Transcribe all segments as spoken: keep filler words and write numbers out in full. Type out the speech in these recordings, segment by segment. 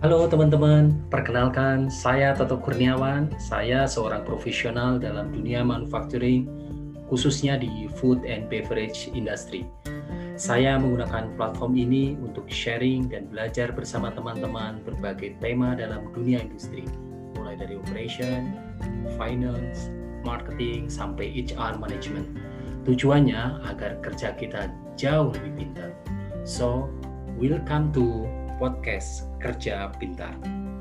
Halo teman-teman, perkenalkan saya Toto Kurniawan. Saya seorang profesional dalam dunia manufacturing, khususnya di food and beverage industry. Saya menggunakan platform ini untuk sharing dan belajar bersama teman-teman berbagai tema dalam dunia industri, mulai dari operation, finance, marketing, sampai H R management. Tujuannya agar kerja kita jauh lebih pintar. So, welcome to podcast Kerja Pintar.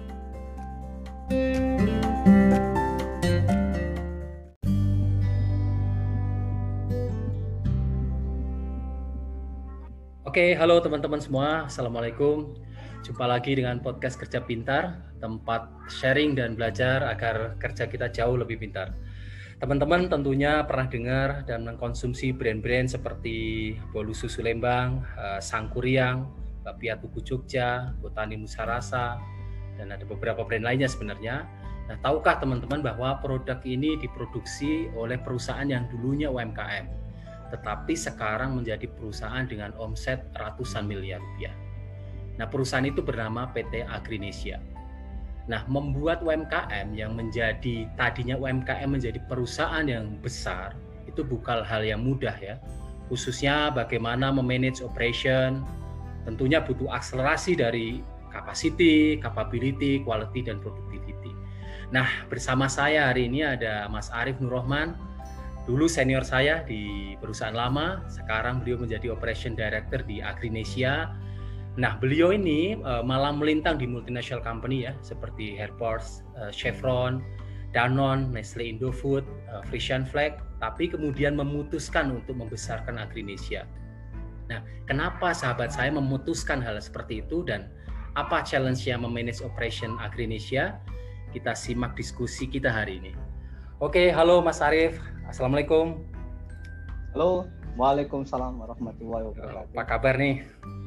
Oke, halo teman-teman semua. Assalamualaikum. Jumpa lagi dengan podcast Kerja Pintar, tempat sharing dan belajar agar kerja kita jauh lebih pintar. Teman-teman tentunya pernah dengar dan mengkonsumsi brand-brand seperti Bolu Susu Lembang, Sangkuriang, Bakpia Tugu Jogja, Botani Musarasa, dan ada beberapa brand lainnya sebenarnya. Nah, tahukah teman-teman bahwa produk ini diproduksi oleh perusahaan yang dulunya U M K M, tetapi sekarang menjadi perusahaan dengan omset ratusan miliar rupiah. Nah, perusahaan itu bernama P T Agrinesia. Nah, membuat U M K M yang menjadi tadinya U M K M menjadi perusahaan yang besar, itu bukan hal yang mudah ya. Khususnya bagaimana memanage operation, tentunya butuh akselerasi dari capacity, capability, quality, dan productivity. Nah, bersama saya hari ini ada Mas Arief Nurrohman, dulu senior saya di perusahaan lama, sekarang beliau menjadi Operation Director di Agrinesia. Nah, beliau ini uh, malah melintang di multinational company ya, seperti Herpors, uh, Chevron, Danone, Nestle Indofood, uh, Frisian Flag, tapi kemudian memutuskan untuk membesarkan Agrinesia. Nah, kenapa sahabat saya memutuskan hal seperti itu dan apa challenge-nya memanage operation Agrinesia? Kita simak diskusi kita hari ini. Oke, halo Mas Arief. Assalamualaikum. Halo, waalaikumsalam warahmatullahi wabarakatuh. Apa kabar nih?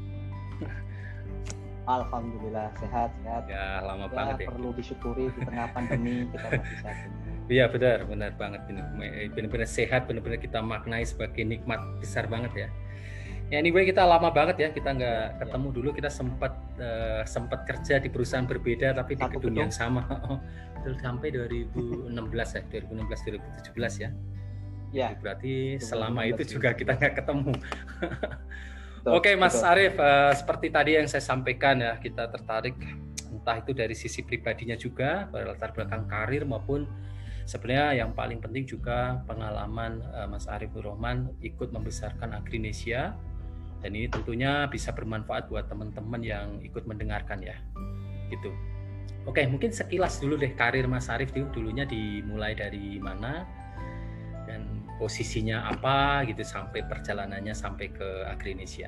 Alhamdulillah sehat sehat. Ya, lama ya, banget ya. Perlu disyukuri di tengah pandemi kita masih sehat. Iya benar, benar banget. Benar-benar sehat, benar-benar kita maknai sebagai nikmat besar banget ya. Ya, anyway, kita lama banget ya, kita nggak ketemu dulu, kita sempat uh, sempat kerja di perusahaan berbeda tapi di gedung yang sama. Terus sampai dua ribu enam belas ya, dua ribu enam belas dua ribu tujuh belas ya. Ya. Jadi berarti selama itu juga kita nggak ketemu. Betul, Oke, Mas betul. Arief, uh, seperti tadi yang saya sampaikan ya, kita tertarik entah itu dari sisi pribadinya juga, latar belakang karir maupun sebenarnya yang paling penting juga pengalaman uh, Mas Arief Nurrohman ikut membesarkan Agrinesia. Dan ini tentunya bisa bermanfaat buat teman-teman yang ikut mendengarkan ya, gitu. Oke, mungkin sekilas dulu deh karir Mas Arief dulu, dulunya dimulai dari mana dan posisinya apa gitu sampai perjalanannya sampai ke Agrinesia.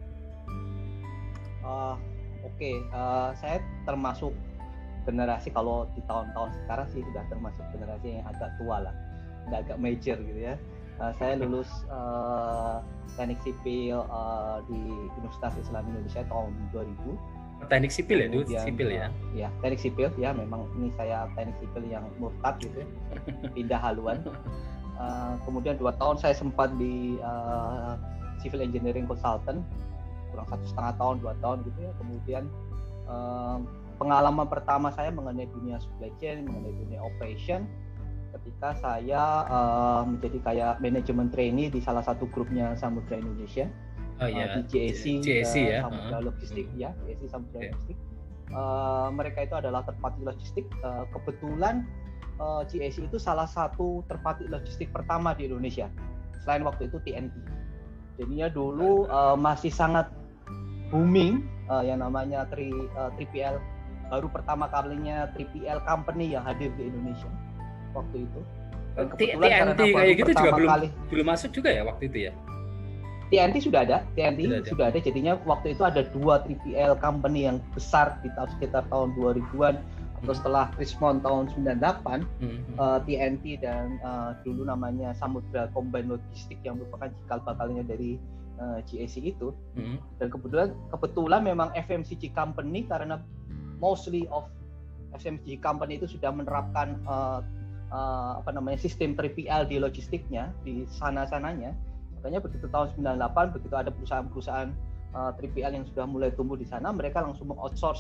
Uh, Oke, okay. uh, saya termasuk generasi kalau di tahun-tahun sekarang sih sudah termasuk generasi yang agak tua lah, agak major gitu ya. Uh, saya lulus uh, teknik sipil uh, di Universitas Islam Indonesia tahun dua ribu. Teknik sipil ya, itu sipil ya? Uh, ya, teknik sipil ya. Memang ini saya teknik sipil yang murtad gitu, pindah haluan. Uh, kemudian dua tahun saya sempat di uh, civil engineering consultant, kurang satu setengah tahun, dua tahun gitu ya. Kemudian uh, pengalaman pertama saya mengenai dunia supply chain, mengenai dunia operation, ketika saya uh, menjadi kayak manajemen trainee di salah satu grupnya Samudra Indonesia, oh, yeah. uh, di J A C, J A C uh, ya? Samudra uh-huh. Logistik ya, J A C Samudra okay. Logistik. Uh, mereka itu adalah terpati logistik. Uh, kebetulan uh, J A C itu salah satu terpati logistik pertama di Indonesia, selain waktu itu T N T. Jadinya dulu uh, masih sangat booming uh, yang namanya tri P L. Baru pertama kalinya tiga P L company yang hadir di Indonesia waktu itu. T N T kayak gitu juga belum kali, belum masuk juga ya waktu itu ya? T N T sudah ada, T N T sudah, sudah ada. ada. Jadinya waktu itu ada dua tiga P L company yang besar di tahun sekitar tahun dua ribuan atau hmm. setelah Richmond tahun sembilan puluh delapan, hmm. uh, T N T dan uh, dulu namanya Samudra Combine Logistik yang merupakan cikal bakalnya dari uh, J A C itu. Hmm. Dan kebetulan kebetulan memang F M C G company karena mostly of F M C G company itu sudah menerapkan uh, uh, apa namanya sistem tiga P L di logistiknya di sana-sananya. Makanya begitu tahun sembilan puluh delapan begitu ada perusahaan-perusahaan uh, tiga P L yang sudah mulai tumbuh di sana, mereka langsung meng-outsource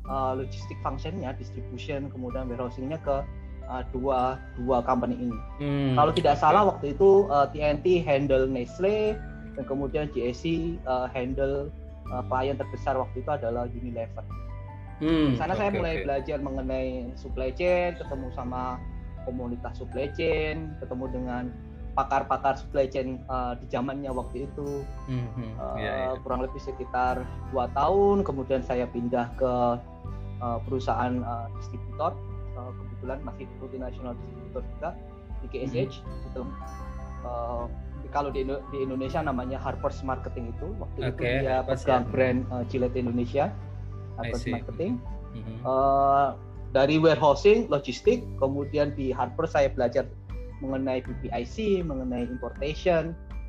uh, logistik functionnya, distribution, kemudian warehousingnya ke uh, dua dua company ini. Hmm, Kalau tidak okay. salah waktu itu uh, T N T handle Nestle dan kemudian G S C uh, handle uh, klien terbesar waktu itu adalah Unilever. Hmm, Di sana okay, saya mulai okay. belajar mengenai supply chain, ketemu sama komunitas supply chain, ketemu dengan pakar-pakar supply chain uh, di zamannya waktu itu. Mm-hmm. uh, yeah, yeah. Kurang lebih sekitar dua tahun, kemudian saya pindah ke uh, perusahaan uh, distributor, uh, kebetulan masih multinational distributor juga di K S H. Mm-hmm. Gitu. Uh, kalau di, di Indonesia namanya Harper's Marketing itu, waktu okay. itu dia pegang brand uh, Gillette Indonesia. Harper's Marketing. Mm-hmm. Uh, dari warehousing, logistik, kemudian di Harper saya belajar mengenai B P I C, mengenai importation,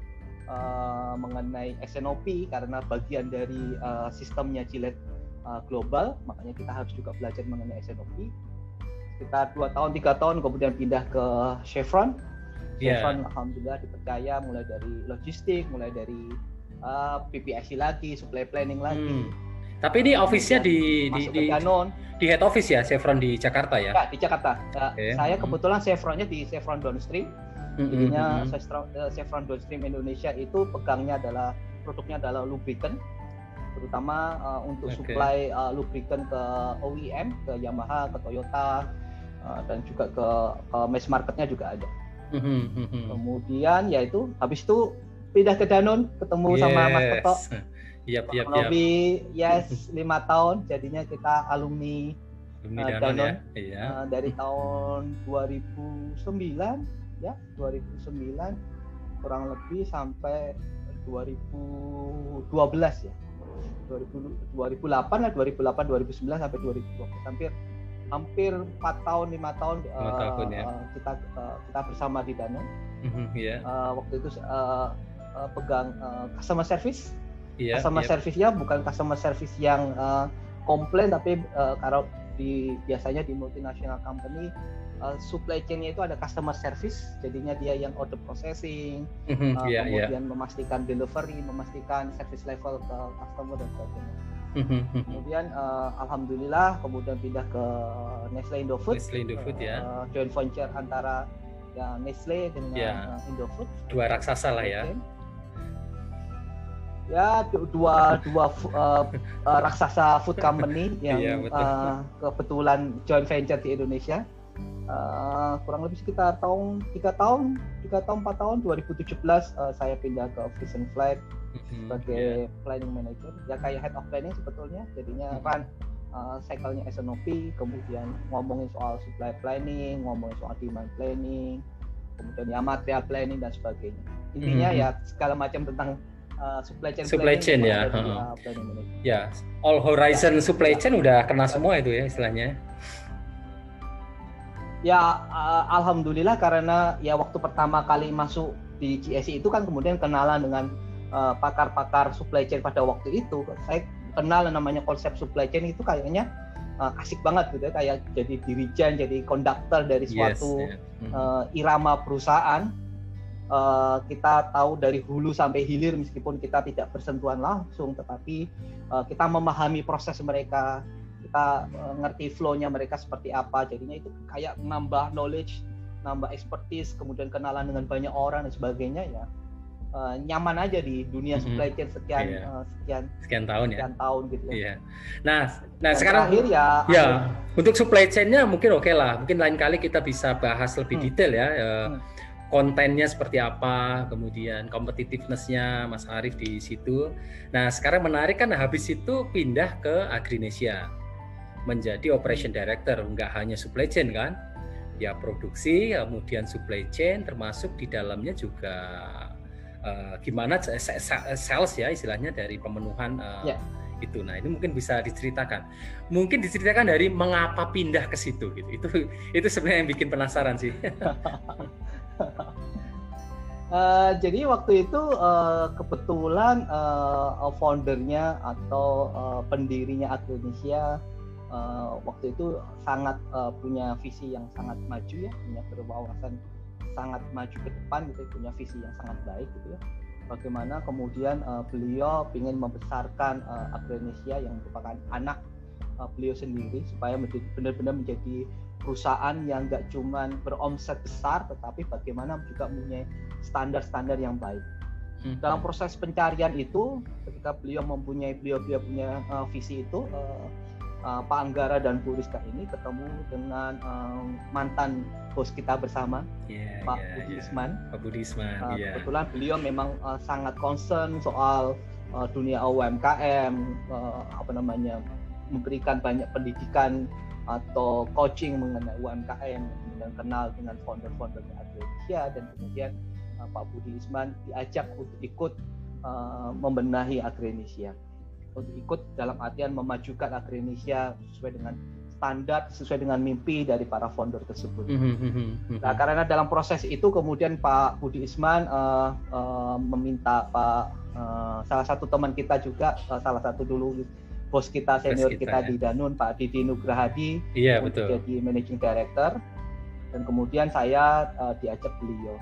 uh, mengenai S N O P karena bagian dari uh, sistemnya Gillette uh, global, makanya kita harus juga belajar mengenai S N O P. Sekitar dua tahun, tiga tahun, kemudian pindah ke Chevron. Chevron, yeah. alhamdulillah dipercaya mulai dari logistik, mulai dari uh, B P I C lagi, supply planning lagi. Hmm. Tapi ini office-nya di di di, di head office ya, Chevron di Jakarta ya? Ya, di Jakarta. Okay. Saya kebetulan Chevron-nya di Chevron Downstream. Mm-hmm. Jadinya mm-hmm. Chevron Downstream Indonesia itu pegangnya adalah produknya adalah lubricant, terutama uh, untuk okay. supply uh, lubricant ke O E M, ke Yamaha, ke Toyota, uh, dan juga ke, ke mass market-nya juga ada. Mm-hmm. Kemudian yaitu habis itu pindah ke Danone, ketemu yes. sama Mas Toto. Yap, yap, yap. Lebih yes lima tahun, jadinya kita alumni, alumni uh, Danone, ya? Iya. Uh, dari tahun dua ribu sembilan ya, dua ribu sembilan kurang lebih sampai dua ribu dua belas ya, dua ribu delapan lah, dua ribu delapan, dua ribu sembilan sampai dua ribu dua belas, hampir hampir empat tahun, lima tahun, uh, tahun ya. uh, kita uh, kita bersama di Danone. Mm-hmm, yeah. uh, waktu itu uh, uh, pegang uh, customer service. Yeah, customer yeah. service-nya bukan customer service yang uh, komplain, tapi uh, kalau di biasanya di multinational company uh, supply chain-nya itu ada customer service, jadinya dia yang order processing, mm-hmm, uh, yeah, kemudian yeah. memastikan delivery, memastikan service level ke customer dan sebagainya. Mm-hmm. Kemudian uh, alhamdulillah kemudian pindah ke Nestle Indofood, Nestle Indofood uh, ya, joint venture antara ya, Nestle dengan yeah. uh, Indofood, dua raksasa lah ya. Ya dua dua uh, uh, raksasa food company yang iya, uh, kebetulan joint venture di Indonesia. Uh, kurang lebih sekitar tahun tiga tahun tiga tahun empat tahun dua ribu tujuh belas uh, saya pindah ke Vision Flag mm-hmm, sebagai yeah. planning manager, ya kayak head of planning sebetulnya, jadinya mm-hmm. run uh, cycle-nya S N O P, kemudian ngomongin soal supply planning, ngomongin soal demand planning, kemudian ya material planning dan sebagainya. Intinya mm-hmm. ya segala macam tentang Uh, supply chain, supply chain ya, di, uh, ya all horizon ya, supply chain ya. Udah kena semua itu ya istilahnya. Ya uh, alhamdulillah, karena ya waktu pertama kali masuk di G S C itu kan kemudian kenalan dengan uh, pakar-pakar supply chain pada waktu itu. Saya kenal namanya konsep supply chain itu kayaknya uh, asik banget gitu ya, kayak jadi dirijen, jadi konduktor dari suatu yes, yeah. uh, irama perusahaan. Uh, kita tahu dari hulu sampai hilir meskipun kita tidak bersentuhan langsung, tetapi uh, kita memahami proses mereka, kita uh, ngerti flow-nya mereka seperti apa, jadinya itu kayak nambah knowledge, nambah expertise, kemudian kenalan dengan banyak orang dan sebagainya ya. Uh, nyaman aja di dunia supply chain sekian yeah. uh, sekian sekian tahun sekian ya. tahun gitu ya. Yeah. Nah, nah dan sekarang terakhir ya, ya akhir. Untuk supply chain-nya mungkin oke okay lah. Mungkin lain kali kita bisa bahas lebih hmm. detail ya. Uh, hmm. Kontennya seperti apa, kemudian competitiveness-nya Mas Arief di situ. Nah, sekarang menarik kan habis itu pindah ke Agrinesia menjadi operation director, nggak hanya supply chain kan? Ya produksi, kemudian supply chain, termasuk di dalamnya juga uh, gimana sales ya istilahnya dari pemenuhan uh, yeah. itu. Nah, ini mungkin bisa diceritakan. Mungkin diceritakan dari mengapa pindah ke situ gitu. Itu itu sebenarnya yang bikin penasaran sih. Uh, jadi waktu itu uh, kebetulan uh, foundernya atau uh, pendirinya Agrinesia uh, waktu itu sangat uh, punya visi yang sangat maju ya, punya berwawasan sangat maju ke depan gitu, punya visi yang sangat baik gitu ya. Bagaimana kemudian uh, beliau ingin membesarkan uh, Agrinesia yang merupakan anak uh, beliau sendiri supaya menjadi, benar-benar menjadi perusahaan yang nggak cuma beromset besar, tetapi bagaimana juga mempunyai standar-standar yang baik. Hmm. Dalam proses pencarian itu, ketika beliau mempunyai beliau beliau punya uh, visi itu, uh, uh, Pak Anggara dan Bu Rizka ini ketemu dengan uh, mantan bos kita bersama, yeah, Pak yeah, Budi yeah. Isman. Pak Budi Isman. Uh, yeah. Kebetulan beliau memang uh, sangat concern soal uh, dunia U M K M, uh, apa namanya, memberikan banyak pendidikan atau coaching mengenai U M K M, dan kenal dengan founder-founder Agranesia, dan kemudian uh, Pak Budi Isman diajak untuk ikut uh, membenahi Agranesia, untuk ikut dalam artian memajukan Agranesia sesuai dengan standar, sesuai dengan mimpi dari para founder tersebut. Mm-hmm. Nah, karena dalam proses itu kemudian Pak Budi Isman uh, uh, meminta Pak uh, salah satu teman kita juga, uh, salah satu dulu bos kita senior bos kita, kita ya. Di Danun, Pak Didi Nugrahadi, iya, betul. Jadi managing director, dan kemudian saya uh, diajak beliau.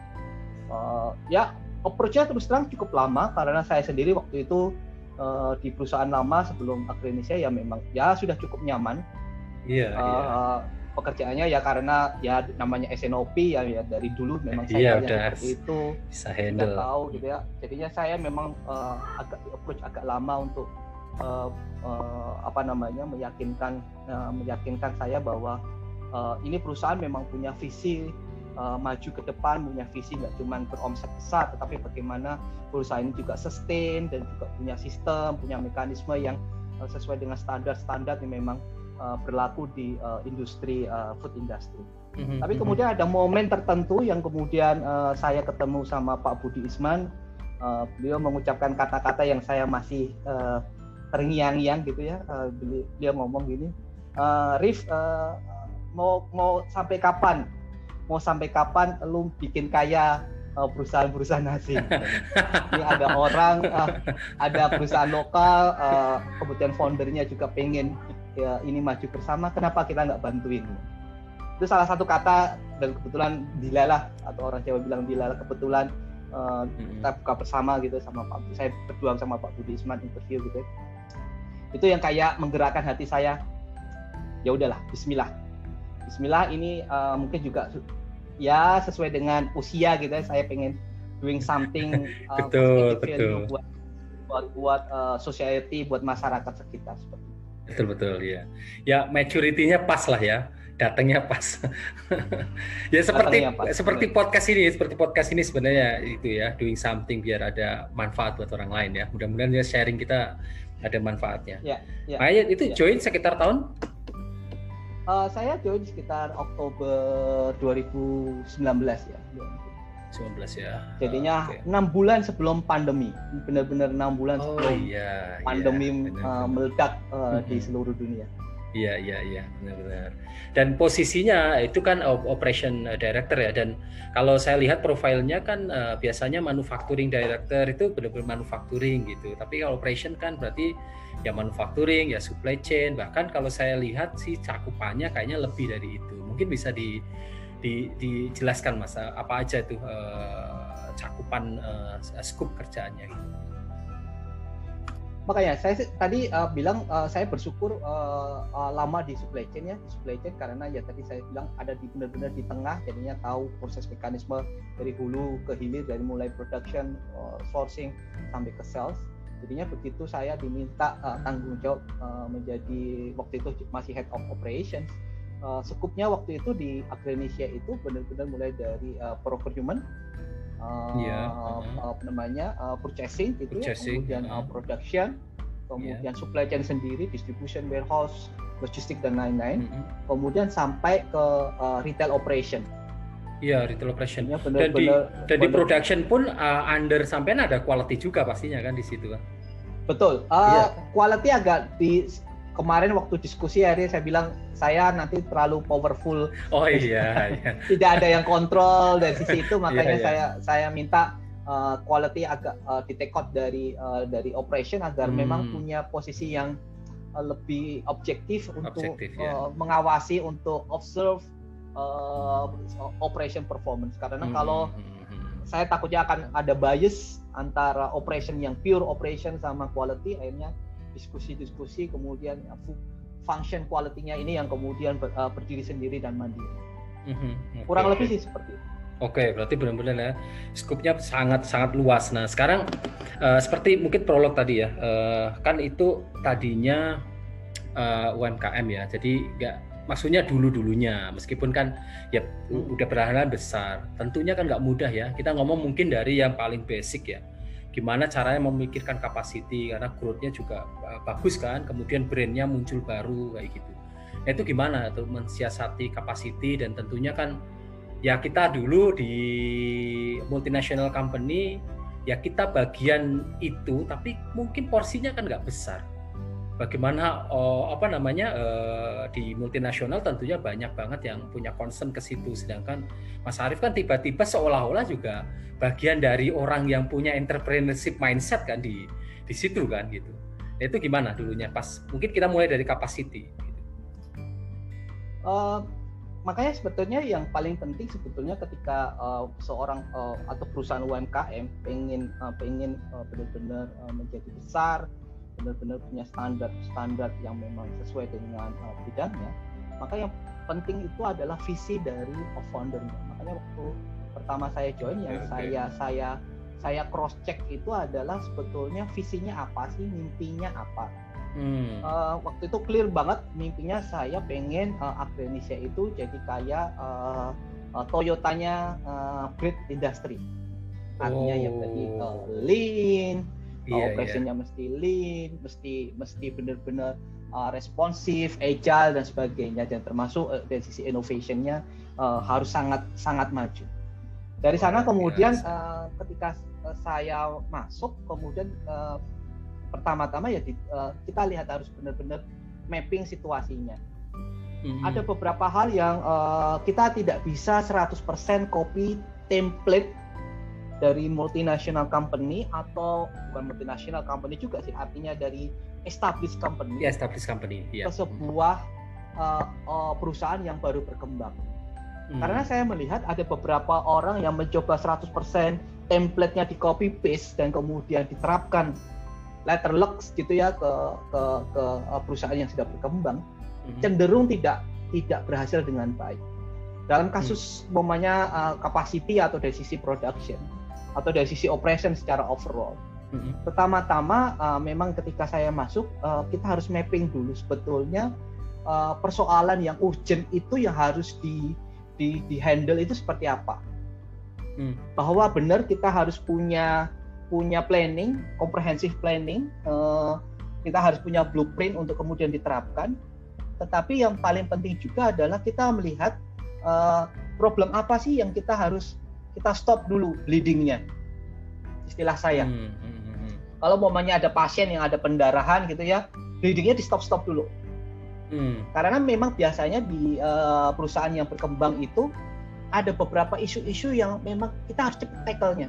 Uh, ya, approach-nya terus terang cukup lama karena saya sendiri waktu itu uh, di perusahaan lama sebelum Agranesia ya memang ya sudah cukup nyaman. Iya. Uh, iya. Pekerjaannya ya karena ya namanya S N O P ya, ya dari dulu memang saya iya, seperti itu bisa handle. Tahu gitu ya. Jadinya saya memang uh, agak approach agak lama untuk Uh, uh, apa namanya meyakinkan uh, meyakinkan saya bahwa uh, ini perusahaan memang punya visi uh, maju ke depan, punya visi nggak cuma beromset besar, tetapi bagaimana perusahaan ini juga sustain dan juga punya sistem, punya mekanisme yang uh, sesuai dengan standar-standar yang memang uh, berlaku di uh, industri uh, food industry. Mm-hmm. Tapi kemudian ada momen tertentu yang kemudian uh, saya ketemu sama Pak Budi Isman, uh, beliau mengucapkan kata-kata yang saya masih uh, terngiang-ngiang gitu ya, uh, dia ngomong gini, uh, Rif, uh, mau mau sampai kapan, mau sampai kapan lu bikin kaya uh, perusahaan-perusahaan asing? Ini ada orang, uh, ada perusahaan lokal, uh, kemudian foundernya juga pengen ya, ini maju bersama, kenapa kita nggak bantuin? Itu salah satu kata, dan kebetulan dilalah, atau orang Jawa bilang dilalah, kebetulan uh, hmm. kita buka bersama gitu sama Pak, saya berdua sama Pak Budi Isman interview gitu. Itu yang kayak menggerakkan hati saya. Ya udahlah, Bismillah. Bismillah ini uh, mungkin juga ya sesuai dengan usia gitu ya. Saya pengen doing something uh, betul, betul. buat buat, buat uh, society, buat masyarakat sekitar seperti itu. Betul betul ya. Ya maturity-nya pas lah ya. Datangnya pas. Ya seperti pas, seperti bener. podcast ini, seperti podcast ini sebenarnya itu ya, doing something biar ada manfaat buat orang lain ya. Mudah-mudahan ya sharing kita ada manfaatnya. Ya, ya, Makanya itu ya. Join sekitar tahun? Uh, saya join sekitar Oktober dua ribu sembilan belas ya. sembilan belas ya. Jadinya uh, okay. enam bulan sebelum pandemi, benar-benar enam bulan oh, sebelum iya, pandemi iya, benar, uh, meledak uh, mm-hmm. di seluruh dunia. Iya iya iya benar-benar. Dan posisinya itu kan operation director ya, dan kalau saya lihat profilnya kan uh, biasanya manufacturing director itu benar-benar manufacturing gitu. Tapi kalau operation kan berarti ya manufacturing, ya supply chain, bahkan kalau saya lihat sih cakupannya kayaknya lebih dari itu. Mungkin bisa di, di dijelaskan Mas apa aja itu uh, cakupan uh, scoop kerjaannya gitu. Makanya saya tadi uh, bilang uh, saya bersyukur uh, uh, lama di supply chain ya, di supply chain karena ya tadi saya bilang ada di benar-benar di tengah, jadinya tahu proses mekanisme dari hulu ke hilir, dari mulai production, uh, sourcing sampai ke sales. Jadinya begitu saya diminta uh, tanggung jawab uh, menjadi waktu itu masih head of operations. Uh, skupnya waktu itu di Agranesia itu benar-benar mulai dari uh, procurement, Uh, yeah, uh-huh. apa namanya uh, purchasing gitu purchasing, ya, kemudian uh-huh. uh, production, kemudian yeah. supply chain sendiri, distribution, warehouse, logistik dan lain-lain, uh-huh. kemudian sampai ke uh, retail operation. Iya, retail operation. Ya, bener, dan di bener, dan bener. Di production pun uh, under sampean ada quality juga pastinya kan di situ kan. Betul. Uh, yeah. Quality agak di kemarin waktu diskusi akhirnya saya bilang saya nanti terlalu powerful. Oh iya, iya. Tidak ada yang kontrol dari sisi itu, makanya yeah, yeah. saya saya minta uh, quality agak uh, di take out dari uh, dari operation agar hmm. memang punya posisi yang uh, lebih objektif untuk objektif, uh, yeah. mengawasi, untuk observe uh, operation performance. Karena hmm. kalau hmm. saya takutnya akan ada bias antara operation yang pure operation sama quality, akhirnya diskusi-diskusi kemudian function quality-nya ini yang kemudian ber, uh, berdiri sendiri dan mandiri. Mm-hmm. Okay, Kurang lebih okay. sih seperti itu. Oke, okay, berarti benar-benar ya skupnya sangat-sangat luas. Nah, sekarang uh, seperti mungkin prolog tadi ya, uh, kan itu tadinya uh, U M K M ya, jadi nggak, maksudnya dulu-dulunya, meskipun kan ya hmm. udah berahalan besar, tentunya kan nggak mudah ya. Kita ngomong mungkin dari yang paling basic ya, gimana caranya memikirkan capacity, karena growth-nya juga uh, bagus kan, kemudian brand-nya muncul baru kayak gitu. Nah, itu gimana tuh mensiasati capacity, dan tentunya kan ya kita dulu di multinational company ya kita bagian itu, tapi mungkin porsinya kan nggak besar. Bagaimana oh, apa namanya uh, di multinasional tentunya banyak banget yang punya concern ke situ, sedangkan Mas Arief kan tiba-tiba seolah-olah juga bagian dari orang yang punya entrepreneurship mindset kan di di situ kan gitu. Nah, itu gimana dulunya pas mungkin kita mulai dari capacity gitu. Uh... Makanya sebetulnya yang paling penting sebetulnya ketika uh, seorang uh, atau perusahaan U M K M pengen uh, pengen uh, benar-benar uh, menjadi besar, benar-benar punya standar-standar yang memang sesuai dengan uh, bidangnya, maka yang penting itu adalah visi dari foundernya. Makanya waktu pertama saya join, yang okay. saya saya saya cross check itu adalah sebetulnya visinya apa sih, mimpinya apa. Hmm. Uh, waktu itu clear banget mimpinya, saya pengen uh, Agranesia itu jadi kayak uh, uh, Toyotanya uh, bread industry. Artinya oh. yang tadi uh, lean, yeah, uh, operasinya yeah. mesti lean, mesti mesti benar-benar uh, responsif, agile dan sebagainya, dan termasuk uh, dari sisi innovation-nya uh, harus sangat sangat maju. Dari sana kemudian yes. uh, ketika uh, saya masuk, kemudian uh, pertama-tama ya di, uh, kita lihat harus benar-benar mapping situasinya. Mm-hmm. Ada beberapa hal yang uh, kita tidak bisa seratus persen copy template dari multinational company, atau bukan multinational company juga sih, artinya dari established company, yeah, established company yeah. ke sebuah uh, uh, perusahaan yang baru berkembang. Mm. Karena saya melihat ada beberapa orang yang mencoba seratus persen template-nya di copy paste dan kemudian diterapkan letter lux gitu ya ke ke ke perusahaan yang sudah berkembang, mm-hmm. cenderung tidak tidak berhasil dengan baik. Dalam kasus mm. umpamanya uh, capacity atau dari sisi production atau dari sisi operation secara overall. Mm-hmm. Pertama-tama uh, memang ketika saya masuk uh, kita harus mapping dulu sebetulnya uh, persoalan yang urgent itu yang harus di di, di handle itu seperti apa. Mm. Bahwa benar kita harus punya punya planning, comprehensive planning, uh, kita harus punya blueprint untuk kemudian diterapkan. Tetapi yang paling penting juga adalah kita melihat uh, problem apa sih yang kita harus kita stop dulu bleedingnya, istilah saya. Hmm, hmm, hmm. Kalau momennya ada pasien yang ada pendarahan gitu ya, bleedingnya di stop stop dulu. Hmm. Karena memang biasanya di uh, perusahaan yang berkembang itu ada beberapa isu-isu yang memang kita harus cepat tackle-nya.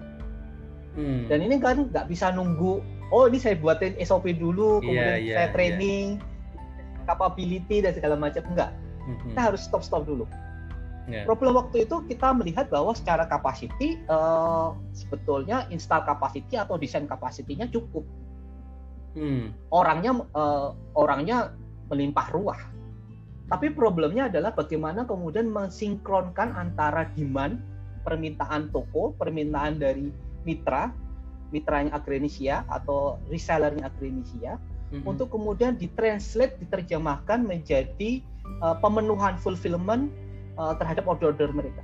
Hmm. Dan ini kan nggak bisa nunggu, oh ini saya buatin S O P dulu, kemudian yeah, yeah, saya training, yeah. capability dan segala macam, enggak. Mm-hmm. Kita harus stop-stop dulu. Yeah. Problem waktu itu kita melihat bahwa secara capacity, uh, sebetulnya install capacity atau desain capacity-nya cukup. Hmm. Orangnya uh, orangnya melimpah ruah. Tapi problemnya adalah bagaimana kemudian mensinkronkan antara demand, permintaan toko, permintaan dari mitra, mitranya Agranesia atau resellernya Agranesia, mm-hmm. untuk kemudian ditranslate, diterjemahkan menjadi uh, pemenuhan fulfillment uh, terhadap order-order mereka.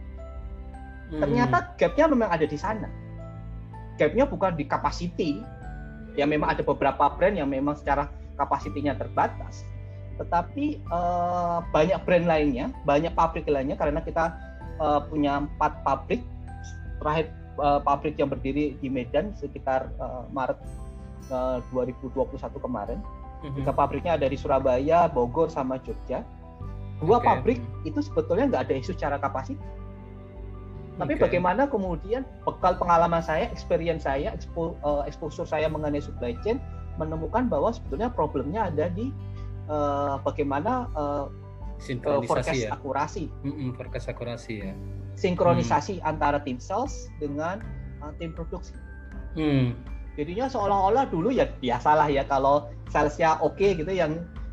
Mm. Ternyata gap-nya memang ada di sana. Gap-nya bukan di capacity, ya memang ada beberapa brand yang memang secara kapasitinya terbatas, tetapi uh, banyak brand lainnya, banyak pabrik lainnya, karena kita uh, punya empat pabrik, terakhir pabrik yang berdiri di Medan sekitar uh, Maret uh, dua ribu dua puluh satu kemarin. Mm-hmm. Tiga pabriknya ada di Surabaya, Bogor, sama Jogja. Dua okay. pabrik itu sebetulnya nggak ada isu secara kapasitas. Tapi okay. bagaimana kemudian bekal pengalaman saya, experience saya, expo, uh, exposure saya mengenai supply chain, menemukan bahwa sebetulnya problemnya ada di uh, bagaimana uh, sinkronisasi forecast ya. akurasi. Mm-mm, forecast akurasi ya. Sinkronisasi hmm. antara tim sales dengan uh, tim produksi. Hmm. Jadinya seolah-olah dulu ya biasalah ya, kalau salesnya oke okay, gitu, yang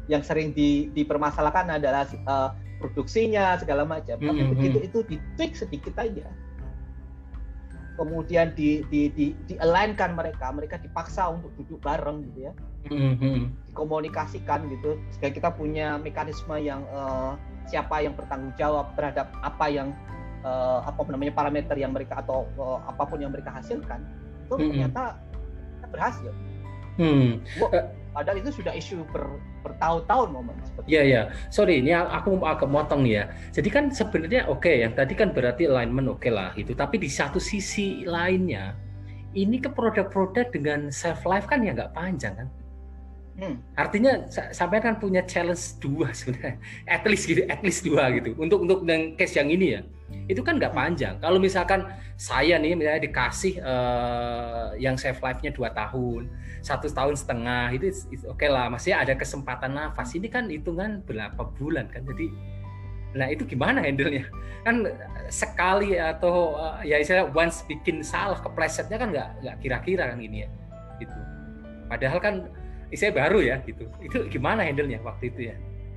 yang sering di, dipermasalahkan adalah uh, produksinya segala macam. Tapi mm-hmm. begitu itu di-tweak sedikit aja, kemudian di di di di-align-kan mereka, mereka dipaksa untuk duduk bareng gitu ya, mm-hmm. dikomunikasikan gitu, sehingga kita punya mekanisme yang uh, siapa yang bertanggung jawab terhadap apa yang uh, apa namanya parameter yang mereka atau uh, apapun yang mereka hasilkan, itu mm-hmm. ternyata berhasil. Hmm. Padahal itu sudah isu ber, bertahun-tahun momen seperti Iya, iya. Sorry, ini aku agak motong nih ya. Jadi kan sebenarnya oke, okay, yang tadi kan berarti alignment oke okay lah itu. Tapi di satu sisi lainnya, ini ke produk-produk dengan shelf life kan ya nggak panjang kan? Hmm. Artinya sampai kan punya challenge dua sebenarnya, at least gitu, at least dua gitu. Untuk untuk yang case yang ini ya, itu kan nggak panjang. Kalau misalkan saya nih misalnya dikasih uh, yang shelf life-nya dua tahun, satu tahun setengah, itu oke okay lah, masih ada kesempatan nafas. Ini kan hitungan berapa bulan kan, jadi, nah itu gimana handle-nya? Kan sekali atau uh, ya istilah once bikin salah keplesetnya kan nggak nggak kira-kira kan ini ya, gitu. Padahal kan saya baru ya gitu. Itu gimana handle-nya waktu itu ya?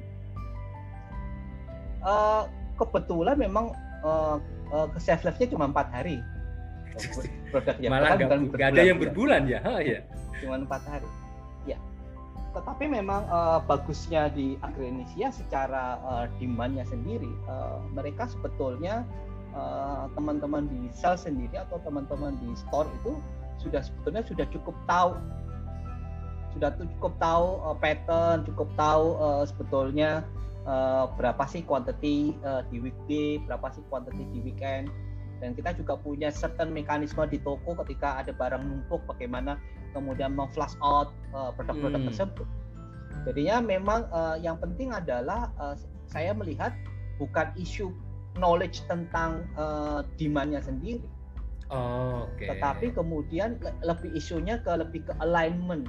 Uh, kebetulan memang uh, uh, ke shelf life-nya cuma empat hari. Produknya. Malah nggak ada yang berbulan ya? Oh, ya. Cuma empat hari. Ya. Tetapi memang uh, bagusnya di Agrainisia secara uh, demand-nya sendiri, uh, mereka sebetulnya uh, teman-teman di sales sendiri atau teman-teman di store itu sudah sebetulnya sudah cukup tahu sudah cukup tahu uh, pattern, cukup tahu uh, sebetulnya uh, berapa sih quantity uh, di weekday, berapa sih quantity di weekend, dan kita juga punya certain mekanisme di toko ketika ada barang numpuk, bagaimana kemudian meng-flush out uh, produk-produk hmm. tersebut. Jadinya memang uh, yang penting adalah uh, saya melihat bukan isu knowledge tentang uh, demand-nya sendiri, oh, okay. tetapi kemudian le- lebih isunya ke lebih ke alignment.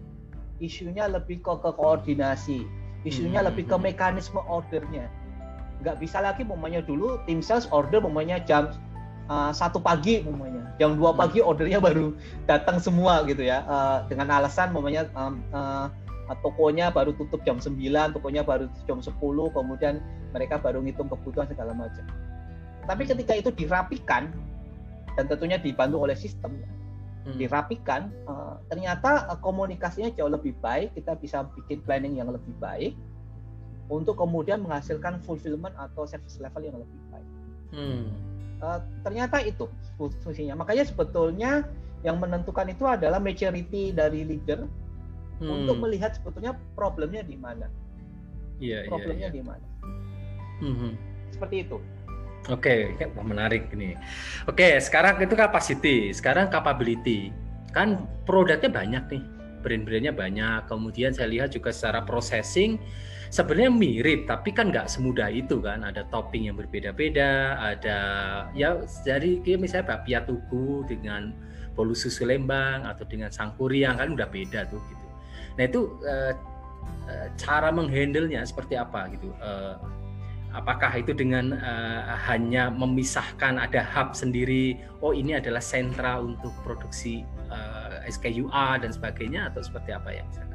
Isunya lebih ke, ke koordinasi, isunya hmm. lebih ke mekanisme ordernya. Nggak bisa lagi umpamanya dulu tim sales order umpamanya jam uh, satu pagi umpamanya, jam dua pagi ordernya baru datang semua gitu ya, uh, dengan alasan umpamanya um, uh, tokonya baru tutup jam sembilan, tokonya baru jam sepuluh, kemudian mereka baru ngitung kebutuhan segala macam. Tapi ketika itu dirapikan dan tentunya dibantu oleh sistem, Hmm. dirapikan, uh, ternyata uh, komunikasinya jauh lebih baik, kita bisa bikin planning yang lebih baik untuk kemudian menghasilkan fulfillment atau service level yang lebih baik. Hmm. Uh, ternyata itu fungsinya. Makanya sebetulnya yang menentukan itu adalah maturity dari leader hmm. untuk melihat sebetulnya problemnya di mana. Yeah, problemnya yeah, yeah. di mana. Hmm. Seperti itu. Oke, okay, menarik ini. Oke, okay, sekarang itu capacity, sekarang capability. Kan produknya banyak nih, brand-brandnya banyak. Kemudian saya lihat juga secara processing sebenarnya mirip, tapi kan nggak semudah itu kan. Ada topping yang berbeda-beda, ada ya dari misalnya bakpia Tugu dengan bolu susu Lembang atau dengan sangkuriang kan udah beda tuh gitu. Nah itu eh, cara menghandle-nya seperti apa gitu. Eh, Apakah itu dengan uh, hanya memisahkan ada hub sendiri, oh ini adalah sentra untuk produksi uh, S K U A dan sebagainya, atau seperti apa ya misalkan?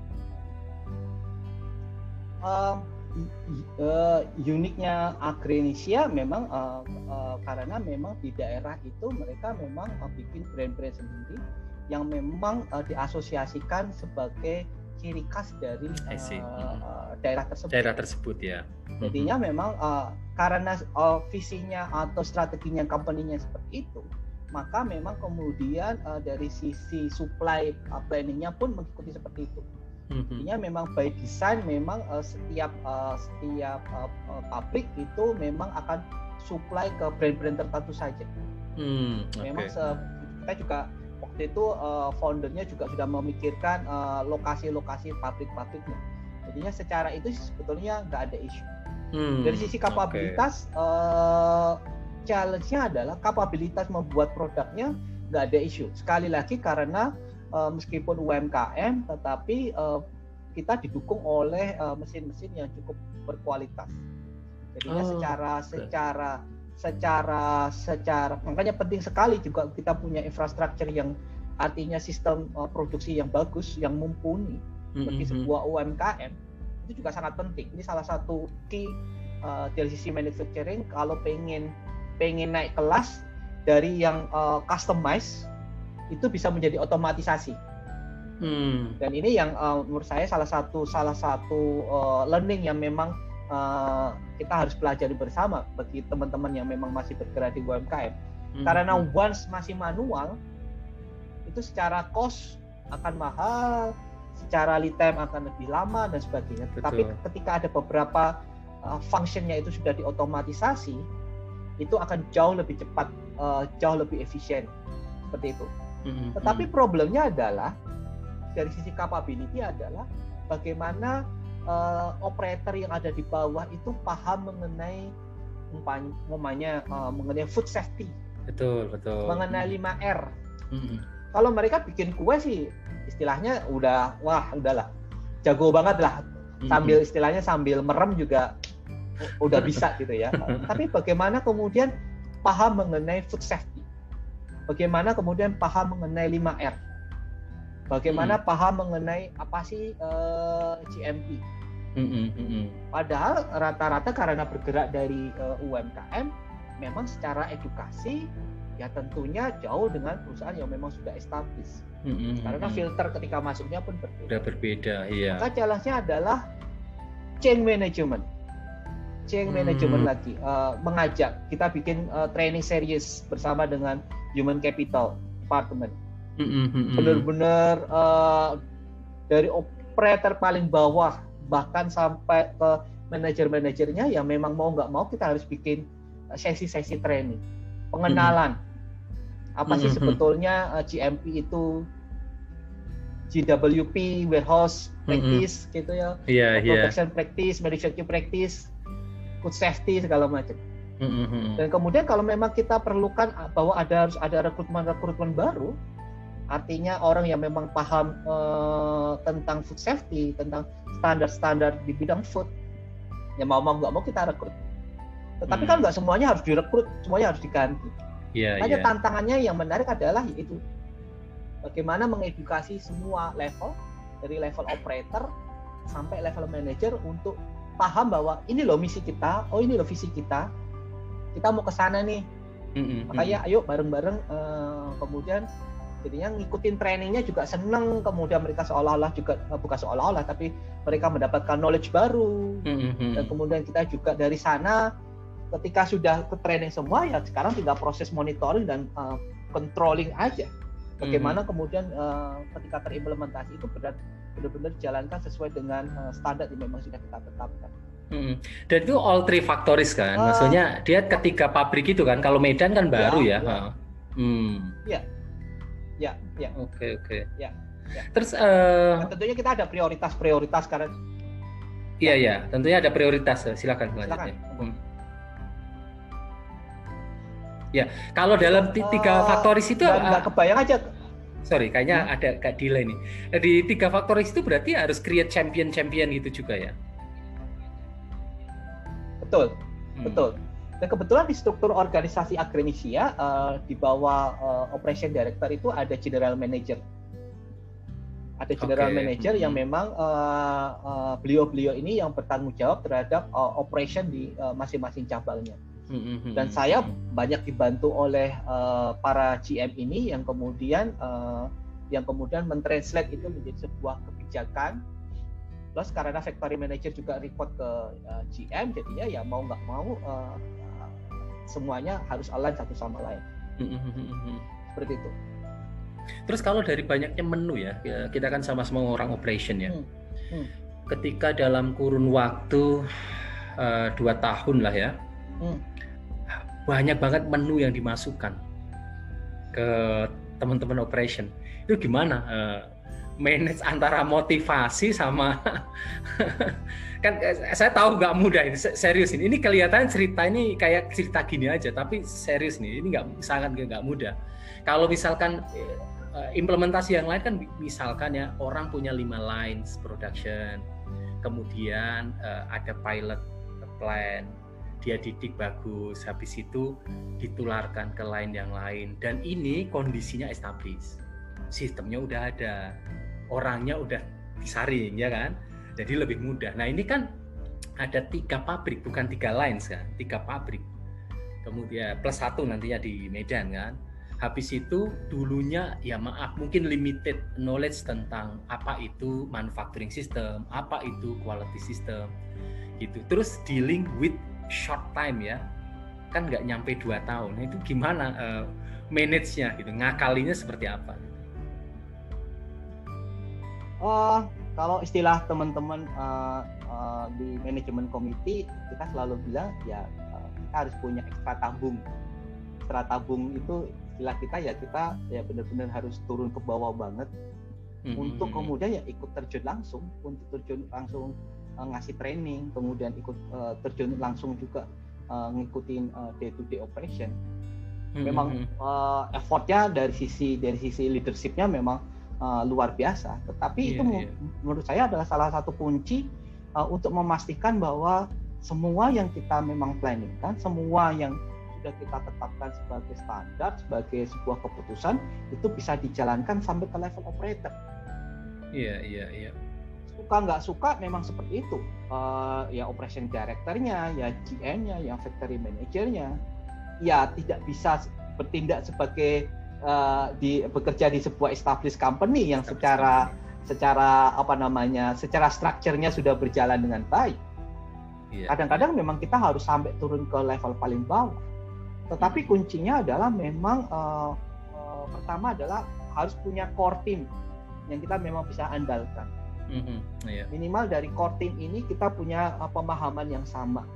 Uh, uh, uniknya Agrainisia memang uh, uh, karena memang di daerah itu mereka memang uh, bikin brand-brand sendiri yang memang uh, diasosiasikan sebagai ciri khas dari uh, daerah tersebut. Daerah tersebut ya. Jadinya mm-hmm. memang uh, karena uh, visinya atau strateginya company-nya seperti itu, maka memang kemudian uh, dari sisi supply uh, planning-nya pun mengikuti seperti itu. Mm-hmm. Jadinya memang by design memang uh, setiap uh, setiap uh, uh, pabrik itu memang akan supply ke brand-brand tertentu saja. Mm, okay. Memang se- kita juga waktu itu uh, foundernya juga sudah memikirkan uh, lokasi-lokasi pabrik-pabriknya. Jadinya secara itu sebetulnya nggak ada isu. Hmm, Dari sisi kapabilitas, okay. uh, challenge-nya adalah kapabilitas membuat produknya nggak ada isu. Sekali lagi karena uh, meskipun U M K M, tetapi uh, kita didukung oleh uh, mesin-mesin yang cukup berkualitas. Jadinya oh, secara okay. secara secara secara makanya penting sekali juga kita punya infrastruktur yang artinya sistem uh, produksi yang bagus, yang mumpuni mm-hmm. bagi sebuah U M K M itu juga sangat penting. Ini salah satu key uh, dari sisi manufacturing kalau pengen pengen naik kelas dari yang uh, customize itu bisa menjadi otomatisasi. Hmm. Dan ini yang uh, menurut saya salah satu salah satu uh, learning yang memang uh, kita harus pelajari bersama bagi teman-teman yang memang masih bergerak di U M K M. Hmm. Karena once masih manual itu secara cost akan mahal, secara lead time akan lebih lama dan sebagainya. Betul. Tapi ketika ada beberapa uh, functionnya itu sudah diotomatisasi, itu akan jauh lebih cepat, uh, jauh lebih efisien seperti itu. Mm-hmm. Tetapi problemnya adalah dari sisi capability adalah bagaimana uh, operator yang ada di bawah itu paham mengenai umpamanya uh, mengenai food safety. Betul, betul. Mengenai lima R. Mm-hmm. Kalau mereka bikin kue sih istilahnya udah wah udahlah jago banget lah, sambil istilahnya sambil merem juga udah bisa gitu ya. Tapi bagaimana kemudian paham mengenai food safety, bagaimana kemudian paham mengenai lima R, bagaimana hmm. paham mengenai apa sih uh, G M P. Hmm, hmm, hmm. Padahal rata-rata karena bergerak dari uh, U M K M memang secara edukasi ya tentunya jauh dengan perusahaan yang memang sudah established. Mm-hmm. Karena filter ketika masuknya pun berbeda. Sudah berbeda, iya. Maka challenge-nya adalah change management. Change mm-hmm. management lagi, uh, mengajak. Kita bikin uh, training series bersama dengan Human Capital Department. Mm-hmm. Benar-benar uh, dari operator paling bawah bahkan sampai ke manajer-manajernya yang memang mau nggak mau kita harus bikin sesi-sesi training. Pengenalan mm-hmm. apa sih mm-hmm. sebetulnya uh, G M P itu, G W P, warehouse practice mm-hmm. gitu ya, yeah, production yeah. practice, manufacturing practice, food safety segala macam. Mm-hmm. Dan kemudian kalau memang kita perlukan bahwa ada harus ada rekrutmen-rekrutmen baru, artinya orang yang memang paham uh, tentang food safety, tentang standar-standar di bidang food, ya mau mau nggak mau kita rekrut. Tetapi hmm. kan nggak semuanya harus direkrut, semuanya harus diganti. Yeah, Hanya yeah. tantangannya yang menarik adalah yaitu bagaimana mengedukasi semua level, dari level operator sampai level manager untuk paham bahwa ini loh misi kita, oh ini loh visi kita, kita mau ke sana nih. Mm-hmm. Makanya ayo bareng-bareng uh, kemudian jadinya ngikutin trainingnya juga seneng, kemudian mereka seolah-olah juga uh, bukan seolah-olah tapi mereka mendapatkan knowledge baru. Mm-hmm. Dan kemudian kita juga dari sana ketika sudah ke training semua ya sekarang tinggal proses monitoring dan uh, controlling aja. Bagaimana mm-hmm. kemudian uh, ketika terimplementasi itu benar-benar dijalankan sesuai dengan uh, standar yang memang sudah kita tetapkan. Mm-hmm. Dan itu all three factories kan, uh, maksudnya dia ketika pabrik itu kan, kalau Medan kan baru ya. Ya. Uh. Hmm. ya, ya, ya. Oke oke. Ya. Ya. Terus uh, nah, tentunya kita ada prioritas-prioritas karena. Iya ya, tentunya ada prioritas. Silakan selanjutnya. Hmm. Ya, kalau dalam tiga uh, faktoris itu nggak uh, kebayang aja. Sorry, kayaknya hmm. ada agak delay nih. Di tiga faktoris itu berarti harus create champion-champion gitu juga ya? Betul, hmm. betul. Dan kebetulan di struktur organisasi Agrenisia uh, di bawah uh, operation director itu ada general manager. Ada general okay. manager hmm. yang memang uh, uh, beliau-beliau ini yang bertanggung jawab terhadap uh, operation di uh, masing-masing cabangnya. Dan saya banyak dibantu oleh uh, para G M ini yang kemudian uh, yang kemudian mentranslate itu menjadi sebuah kebijakan. Plus karena factory manager juga report ke uh, G M, jadinya ya mau nggak mau uh, uh, semuanya harus align satu sama lain. Seperti itu. Terus kalau dari banyaknya menu ya, kita kan sama-sama orang operation ya. Hmm. Hmm. Ketika dalam kurun waktu uh, dua tahun lah ya. Hmm. Banyak banget menu yang dimasukkan ke teman-teman operation. Itu gimana uh, manage antara motivasi sama kan saya tahu nggak mudah ini, serius ini. Ini kelihatan cerita ini kayak cerita gini aja, tapi serius nih, ini nggak sangat nggak mudah. Kalau misalkan uh, implementasi yang lain kan misalkan ya orang punya lima lines production, kemudian uh, ada pilot plan, dia didik bagus, habis itu ditularkan ke line yang lain, dan ini kondisinya established, sistemnya udah ada, orangnya udah disaring ya kan, Jadi lebih mudah. Nah ini kan ada tiga pabrik, bukan tiga lines kan, tiga pabrik. Kemudian plus satu nantinya di Medan kan. Habis itu dulunya ya maaf mungkin limited knowledge tentang apa itu manufacturing system, apa itu quality system gitu. Terus dealing with short time ya, kan nggak nyampe dua tahun. Nah, itu gimana uh, manage-nya gitu, ngakalinya seperti apa? Oh, kalau istilah teman-teman uh, uh, di manajemen komite kita selalu bilang ya uh, kita harus punya ekstra tabung. Ekstra tabung itu istilah kita ya kita ya benar-benar harus turun ke bawah banget mm-hmm. untuk kemudian ya ikut terjun langsung untuk terjun langsung uh, ngasih training, kemudian ikut uh, terjun langsung juga uh, ngikutin uh, day to day operation. Mm-hmm. Memang uh, effortnya dari sisi dari sisi leadershipnya memang uh, luar biasa. Tetapi yeah, itu yeah. menurut saya adalah salah satu kunci uh, untuk memastikan bahwa semua yang kita memang planningkan, semua yang kita tetapkan sebagai standar, sebagai sebuah keputusan itu bisa dijalankan sampai ke level operator. Iya, iya, iya. Suka nggak suka memang seperti itu. Uh, ya operation director-nya, ya G M-nya, ya factory manager-nya, ya tidak bisa bertindak sebagai uh, di bekerja di sebuah established company yang established secara company. secara apa namanya, secara strukturnya sudah berjalan dengan baik. Iya, kadang-kadang iya. memang kita harus sampai turun ke level paling bawah. Tetapi kuncinya adalah memang uh, uh, pertama adalah harus punya core team yang kita memang bisa andalkan. Mm-hmm. Yeah. Minimal dari core team ini kita punya uh, pemahaman yang sama.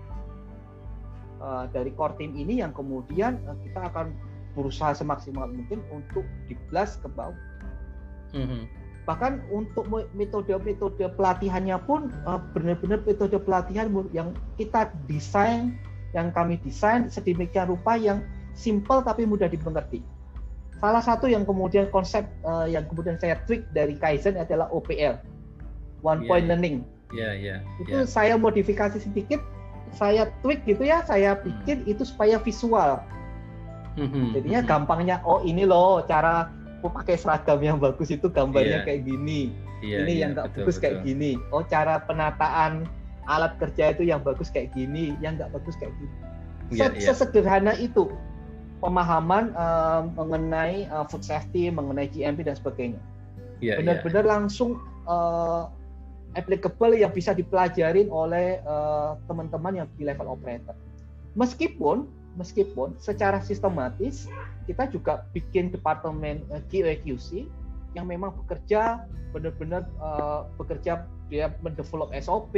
Uh, dari core team ini yang kemudian uh, kita akan berusaha semaksimal mungkin untuk di-blast ke bawah. Mm-hmm. Bahkan untuk metode-metode pelatihannya pun uh, benar-benar metode pelatihan yang kita desain yang kami desain sedemikian rupa yang simple tapi mudah dimengerti. Salah satu yang kemudian konsep uh, yang kemudian saya tweak dari Kaizen adalah O P L, One yeah, Point yeah. Learning. Yeah, yeah, itu yeah. saya modifikasi sedikit, saya tweak gitu ya, saya bikin hmm. itu supaya visual. Hmm, Jadinya hmm. gampangnya, oh ini loh cara pakai seragam yang bagus itu gambarnya yeah. kayak gini. Yeah, ini yeah, yang nggak bagus betul. Kayak gini. Oh cara penataan alat kerja itu yang bagus kayak gini, yang nggak bagus kayak gini. Yeah, yeah. Sesederhana itu pemahaman uh, mengenai uh, food safety, mengenai G M P dan sebagainya. Yeah, benar-benar yeah. langsung uh, applicable yang bisa dipelajarin oleh uh, teman-teman yang di level operator. Meskipun, meskipun secara sistematis kita juga bikin departemen uh, Q A Q C yang memang bekerja benar-benar uh, bekerja dia mendevelop S O P,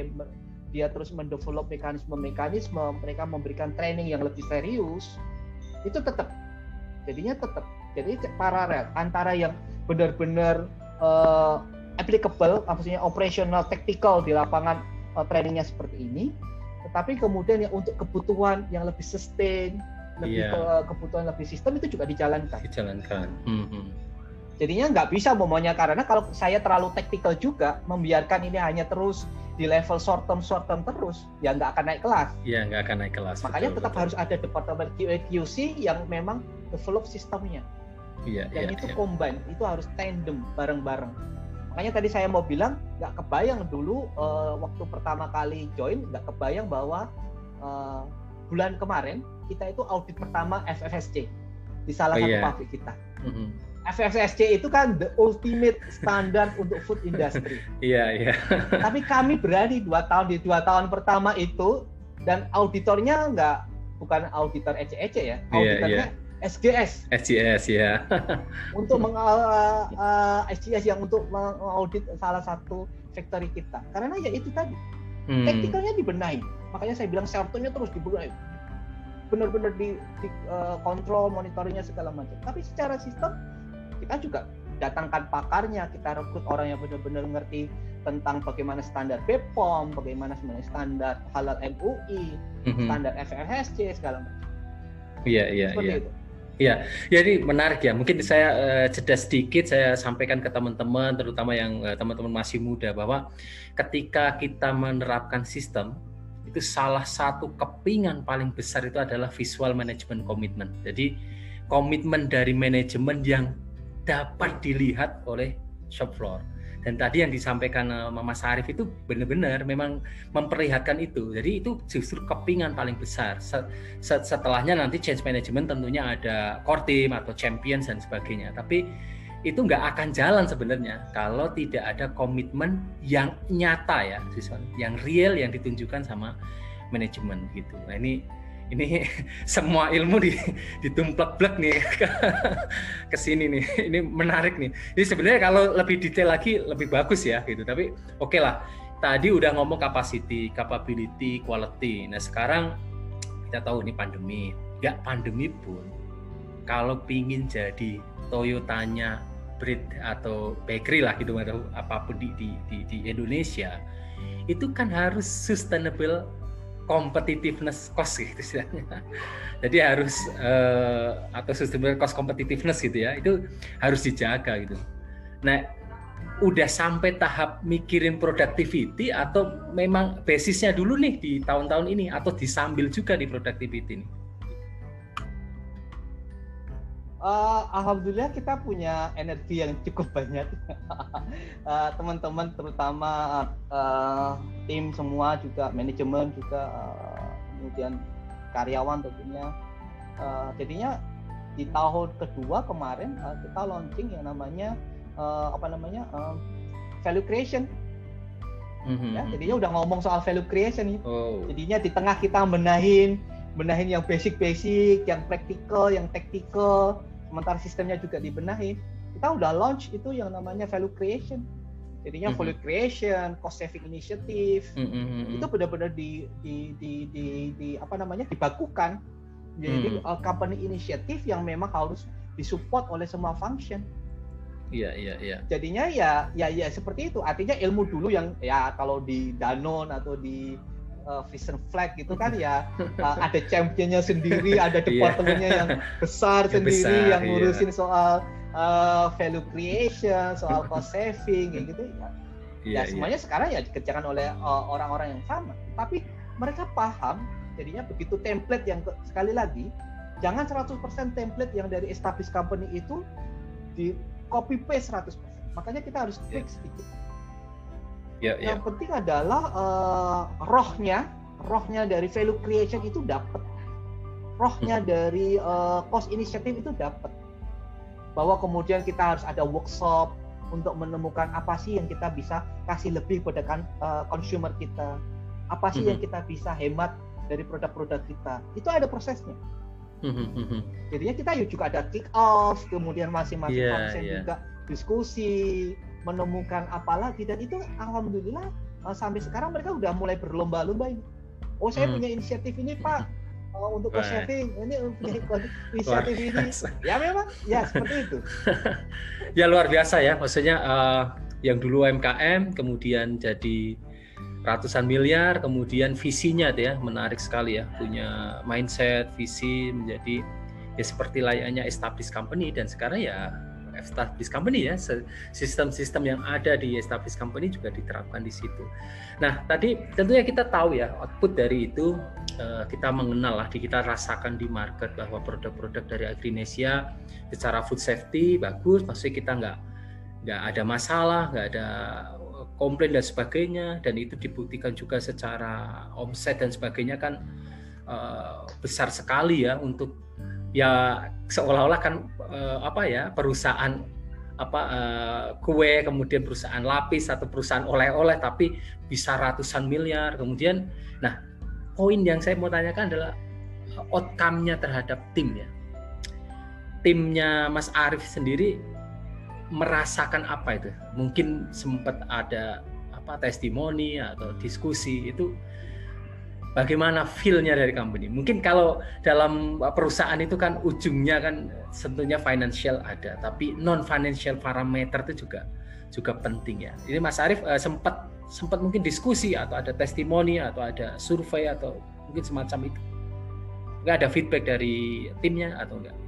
dia terus mendevelop mekanisme-mekanisme, mereka memberikan training yang lebih serius, itu tetap, jadinya tetap, jadi paralel antara yang benar-benar uh, applicable, maksudnya operational, tactical di lapangan uh, trainingnya seperti ini, tetapi kemudian yang untuk kebutuhan yang lebih sustain, lebih yeah. ke, kebutuhan lebih sistem itu juga dijalankan. Dijalankan. Mm-hmm. Jadinya nggak bisa momennya, karena kalau saya terlalu taktikal juga membiarkan ini hanya terus di level short term short term terus, ya nggak akan naik kelas. Iya, nggak akan naik kelas. Makanya betul, tetap betul. harus ada departemen Q A Q C yang memang develop sistemnya. Iya. Dan iya, itu iya. combine, itu harus tandem bareng-bareng. Makanya tadi saya mau bilang nggak kebayang dulu uh, waktu pertama kali join, nggak kebayang bahwa uh, bulan kemarin kita itu audit pertama F F S C di salah oh, satu yeah. pabrik kita. Mm-hmm. F F S C itu kan the ultimate standard untuk food industry. Iya, iya. Tapi kami berani dua tahun di dua tahun pertama itu, dan auditornya nggak bukan auditor ece-ece ya, auditornya yeah, yeah. S G S. S G S ya. Untuk meng uh, uh, S G S yang untuk mengaudit salah satu factory kita. Karena ya itu tadi, hmm. teknikalnya dibenahi. Makanya saya bilang short-termnya terus dibenahi. Benar-benar di, di uh, kontrol, monitoringnya segala macam. Tapi secara sistem kita juga datangkan pakarnya, kita rekrut orang yang benar-benar ngerti tentang bagaimana standar B P O M, bagaimana sebenarnya standar halal M U I, mm-hmm. standar F F S C segala macam. Iya, iya, seperti iya. itu. Iya, jadi menarik ya. Mungkin saya uh, jeda sedikit, saya sampaikan ke teman-teman, terutama yang uh, teman-teman masih muda, bahwa ketika kita menerapkan sistem, itu salah satu kepingan paling besar itu adalah visual management commitment. Jadi komitmen dari manajemen yang dapat dilihat oleh shop floor. Dan tadi yang disampaikan uh, Mas Arif itu benar-benar memang memperlihatkan itu. Jadi itu justru kepingan paling besar. Setelahnya nanti change management tentunya ada core team atau champions dan sebagainya. Tapi itu nggak akan jalan sebenarnya kalau tidak ada komitmen yang nyata ya, yang real yang ditunjukkan sama manajemen gitu. Nah ini ini semua ilmu di, ditumplek-plek nih ke, ke sini nih. Ini menarik nih. Ini sebenarnya kalau lebih detail lagi lebih bagus ya gitu. Tapi oke okay lah. Tadi udah ngomong capacity, capability, quality. Nah sekarang kita tahu ini pandemi. Nggak pandemi pun kalau pingin jadi Toyotanya breed atau bakery lah gitu atau apapun di, di, di, di Indonesia, itu kan harus sustainable competitiveness cost gitu istilahnya. Jadi harus uh, atau sustainable cost competitiveness gitu ya, itu harus dijaga gitu. Nah, udah sampai tahap mikirin productivity atau memang basisnya dulu nih di tahun-tahun ini atau disambil juga di productivity nih? Uh, Alhamdulillah kita punya energi yang cukup banyak. uh, teman-teman terutama uh, tim semua juga manajemen juga uh, kemudian karyawan tentunya. Uh, jadinya di tahun kedua kemarin uh, kita launching yang namanya uh, apa namanya uh, value creation. Mm-hmm. Ya, jadinya udah ngomong soal value creation nih. Oh. Jadinya di tengah kita benahin benahin yang basic-basic, yang practical, yang tactical. Sementara sistemnya juga dibenahin, kita udah launch itu yang namanya value creation. Jadinya mm-hmm. value creation, cost saving initiative, mm-hmm. itu benar-benar di, di, di, di, di apa namanya dibakukan. Jadi mm. company initiative yang memang harus disupport oleh semua function. Iya, iya, iya. Jadinya ya, ya, ya seperti itu. Artinya ilmu dulu yang ya kalau di Danone atau di Uh, Vision Flag gitu kan ya uh, ada championnya sendiri, ada departemennya yang besar yang sendiri besar, yang ngurusin iya. soal uh, value creation, soal cost saving kayak gitu ya. Iya, ya semuanya iya. sekarang ya dikerjakan oleh uh, orang-orang yang sama. Tapi mereka paham, jadinya begitu template yang sekali lagi jangan seratus persen template yang dari established company itu di copy paste seratus persen. Makanya kita harus tweak yeah. sedikit. Ya, yang ya. penting adalah uh, rohnya, rohnya dari value creation itu dapat, rohnya hmm. dari uh, cost initiative itu dapat. Bahwa kemudian kita harus ada workshop untuk menemukan apa sih yang kita bisa kasih lebih pada kan, uh, consumer kita, apa sih hmm. yang kita bisa hemat dari produk-produk kita. Itu ada prosesnya. Hmm. Jadinya kita juga ada kick off, kemudian masing-masing yeah, function yeah. juga diskusi. Menemukan apa lagi, dan itu alhamdulillah uh, sampai sekarang mereka udah mulai berlomba-lomba ini. Oh saya hmm. punya inisiatif ini Pak uh, untuk cost saving, ini punya inisiatif ini. Ya memang, ya seperti itu. Ya luar biasa ya, maksudnya uh, yang dulu U M K M kemudian jadi ratusan miliar, kemudian visinya tuh ya menarik sekali ya, punya mindset, visi menjadi ya seperti layaknya established company, dan sekarang ya established company ya, sistem-sistem yang ada di established company juga diterapkan di situ. Nah, tadi tentunya kita tahu ya, output dari itu kita mengenal lah, kita rasakan di market bahwa produk-produk dari Agrinesia secara food safety bagus, maksudnya kita nggak nggak ada masalah, nggak ada komplain dan sebagainya, dan itu dibuktikan juga secara omset dan sebagainya kan uh, besar sekali ya, untuk ya seolah-olah kan uh, apa ya perusahaan apa uh, kue, kemudian perusahaan lapis atau perusahaan oleh-oleh tapi bisa ratusan miliar. Kemudian nah poin yang saya mau tanyakan adalah outcome-nya terhadap tim ya. Timnya Mas Arif sendiri merasakan apa itu? Mungkin sempat ada apa testimoni atau diskusi itu, bagaimana feel-nya dari company? Mungkin kalau dalam perusahaan itu kan ujungnya kan tentunya financial ada, tapi non financial parameter itu juga juga penting ya. Ini Mas Arif uh, sempat sempat mungkin diskusi atau ada testimoni atau ada survei atau mungkin semacam itu. Enggak ada feedback dari timnya atau enggak?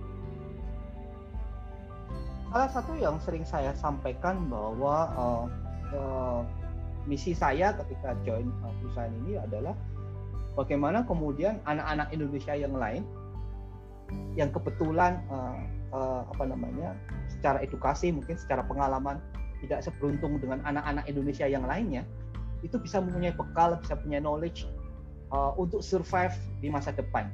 Salah satu yang sering saya sampaikan bahwa uh, uh, misi saya ketika join uh, perusahaan ini adalah bagaimana kemudian anak-anak Indonesia yang lain yang kebetulan uh, uh, apa namanya secara edukasi mungkin secara pengalaman tidak seberuntung dengan anak-anak Indonesia yang lainnya, itu bisa mempunyai bekal, bisa punya knowledge uh, untuk survive di masa depan.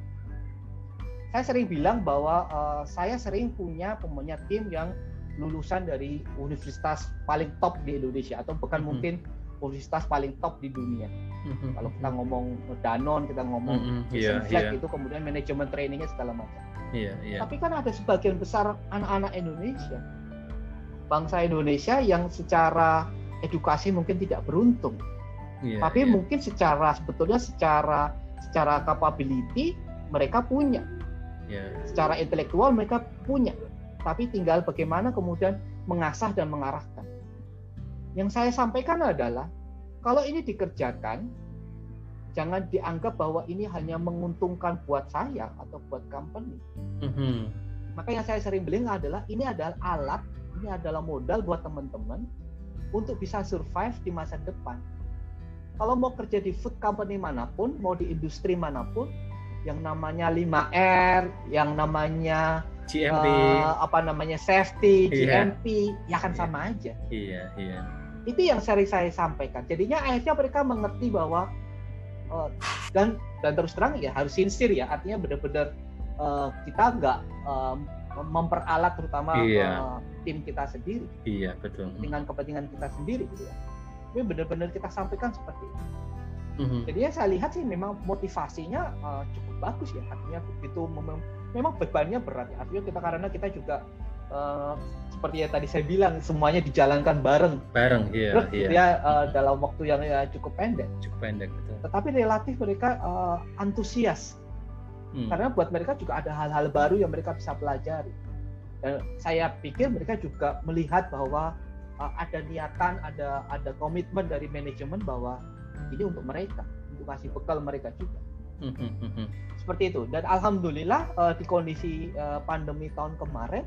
Saya sering bilang bahwa uh, saya sering punya punya tim yang lulusan dari universitas paling top di Indonesia atau bahkan mm-hmm. mungkin universitas paling top di dunia. Mm-hmm. Kalau kita ngomong Danone, kita ngomong mm-hmm. yeah, Flag yeah. itu kemudian manajemen trainingnya segala macam. Yeah, yeah. Tapi kan ada sebagian besar anak-anak Indonesia, bangsa Indonesia yang secara edukasi mungkin tidak beruntung, yeah, tapi yeah. mungkin secara sebetulnya secara secara capability mereka punya, yeah. secara intelektual mereka punya, tapi tinggal bagaimana kemudian mengasah dan mengarahkan. Yang saya sampaikan adalah kalau ini dikerjakan, jangan dianggap bahwa ini hanya menguntungkan buat saya atau buat company. Mm-hmm. Maka yang saya sering bilang adalah ini adalah alat, ini adalah modal buat teman-teman untuk bisa survive di masa depan. Kalau mau kerja di food company manapun, mau di industri manapun, yang namanya lima R, yang namanya G M P, uh, apa namanya safety, yeah. G M P, ya kan yeah. sama aja. Iya, iya. Itu yang sering saya sampaikan. Jadinya akhirnya mereka mengerti bahwa Uh, dan dan terus terang ya harus sincere ya, artinya benar-benar uh, kita nggak uh, memperalat terutama iya. uh, tim kita sendiri, iya betul, dengan kepentingan kita sendiri gitu ya. Tapi benar-benar kita sampaikan seperti itu. Mm-hmm. Jadi ya saya lihat sih memang motivasinya uh, cukup bagus ya, artinya begitu mem- memang bebannya berat ya. Artinya kita karena kita juga uh, seperti yang tadi saya bilang semuanya dijalankan bareng, bareng, iya, Terus, iya. Ya, uh, dalam waktu yang ya, cukup pendek. Cukup pendek, betul. Tetapi relatif mereka uh, antusias, hmm. karena buat mereka juga ada hal-hal baru yang mereka bisa pelajari. Dan saya pikir mereka juga melihat bahwa uh, ada niatan, ada ada komitmen dari manajemen bahwa ini untuk mereka, untuk kasih bekal mereka juga. Hmm, hmm, hmm. Seperti itu. Dan alhamdulillah uh, di kondisi uh, pandemi tahun kemarin,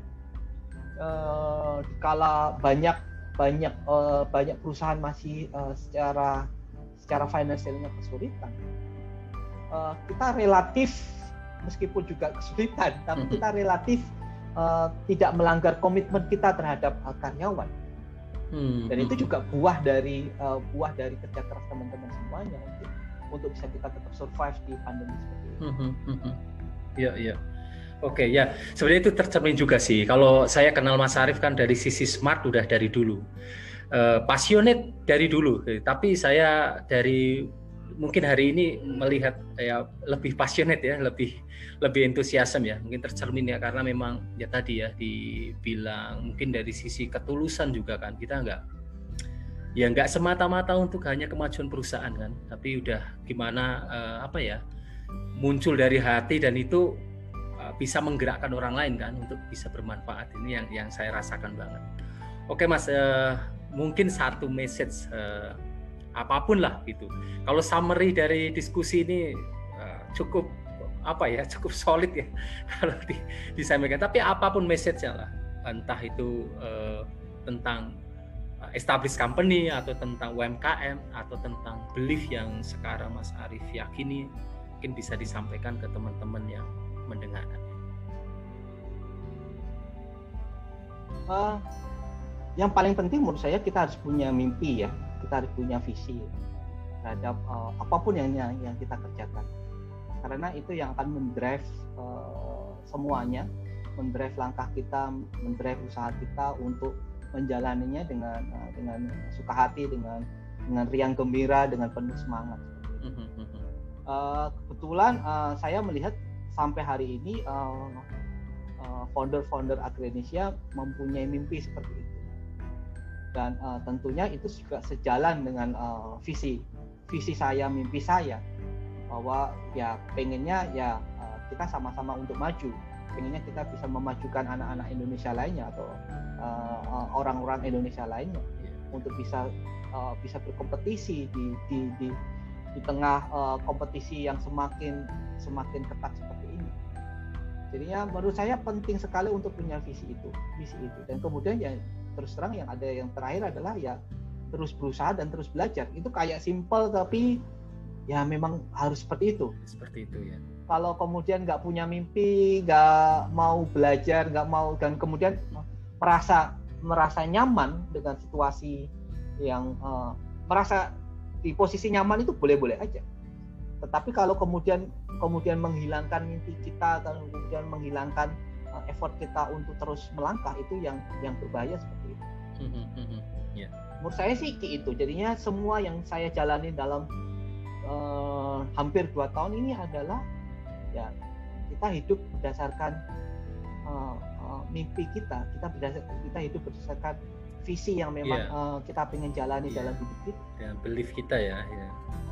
uh, kala banyak banyak uh, banyak perusahaan masih uh, secara secara finansialnya kesulitan, uh, kita relatif meskipun juga kesulitan, tapi mm-hmm. kita relatif uh, tidak melanggar komitmen kita terhadap uh, karyawan. Mm-hmm. Dan itu juga buah dari uh, buah dari kerja keras teman-teman semuanya untuk untuk bisa kita tetap survive di pandemi seperti ini. Mm-hmm. Iya, iya. Oke, ya sebenarnya itu tercermin juga sih. Kalau saya kenal Mas Arief kan dari sisi smart udah dari dulu, uh, passionate dari dulu. Tapi saya dari mungkin hari ini melihat ya lebih passionate ya, lebih lebih entusiasme ya. Mungkin tercermin ya karena memang ya tadi ya dibilang mungkin dari sisi ketulusan juga kan kita nggak ya nggak semata-mata untuk hanya kemajuan perusahaan kan, tapi udah gimana uh, apa ya muncul dari hati dan itu bisa menggerakkan orang lain kan untuk bisa bermanfaat. Ini yang yang saya rasakan banget. Oke Mas, uh, mungkin satu message uh, apapun lah gitu. Kalau summary dari diskusi ini uh, cukup apa ya, cukup solid ya kalau di, disampaikan. Tapi apapun message-nya lah, entah itu uh, tentang established company atau tentang U M K M atau tentang belief yang sekarang Mas Arief yakini, mungkin bisa disampaikan ke teman-teman yang mendengarkan. Uh, yang paling penting menurut saya kita harus punya mimpi ya, kita harus punya visi terhadap uh, apapun yang, yang yang kita kerjakan, karena itu yang akan mendrive uh, semuanya, mendrive langkah kita, mendrive usaha kita untuk menjalaninya dengan uh, dengan suka hati, dengan dengan riang gembira, dengan penuh semangat. Uh, kebetulan uh, saya melihat sampai hari ini uh, uh, founder-founder Agrinisia mempunyai mimpi seperti itu, dan uh, tentunya itu juga sejalan dengan uh, visi visi saya, mimpi saya, bahwa ya pengennya ya uh, kita sama-sama untuk maju, pengennya kita bisa memajukan anak-anak Indonesia lainnya atau uh, uh, orang-orang Indonesia lainnya untuk bisa uh, bisa berkompetisi di di, di di tengah uh, kompetisi yang semakin semakin ketat seperti ini. Jadinya menurut saya penting sekali untuk punya visi itu, visi itu. Dan kemudian ya terus terang yang ada yang terakhir adalah ya terus berusaha dan terus belajar. Itu kayak simple tapi ya memang harus seperti itu. Seperti itu ya. Kalau kemudian nggak punya mimpi, nggak mau belajar, nggak mau dan kemudian merasa merasa nyaman dengan situasi yang uh, merasa di posisi nyaman itu boleh-boleh aja. Tetapi kalau kemudian kemudian menghilangkan mimpi kita, kemudian menghilangkan uh, effort kita untuk terus melangkah, itu yang yang berbahaya seperti itu. Mm-hmm. Yeah. Menurut saya sih itu. Jadinya semua yang saya jalani dalam uh, hampir dua tahun ini adalah ya kita hidup berdasarkan uh, uh, mimpi kita, kita berdasarkan, kita hidup berdasarkan visi yang memang yeah. uh, kita pengen jalani yeah. dalam hidup kita. Ya, belief kita ya. ya.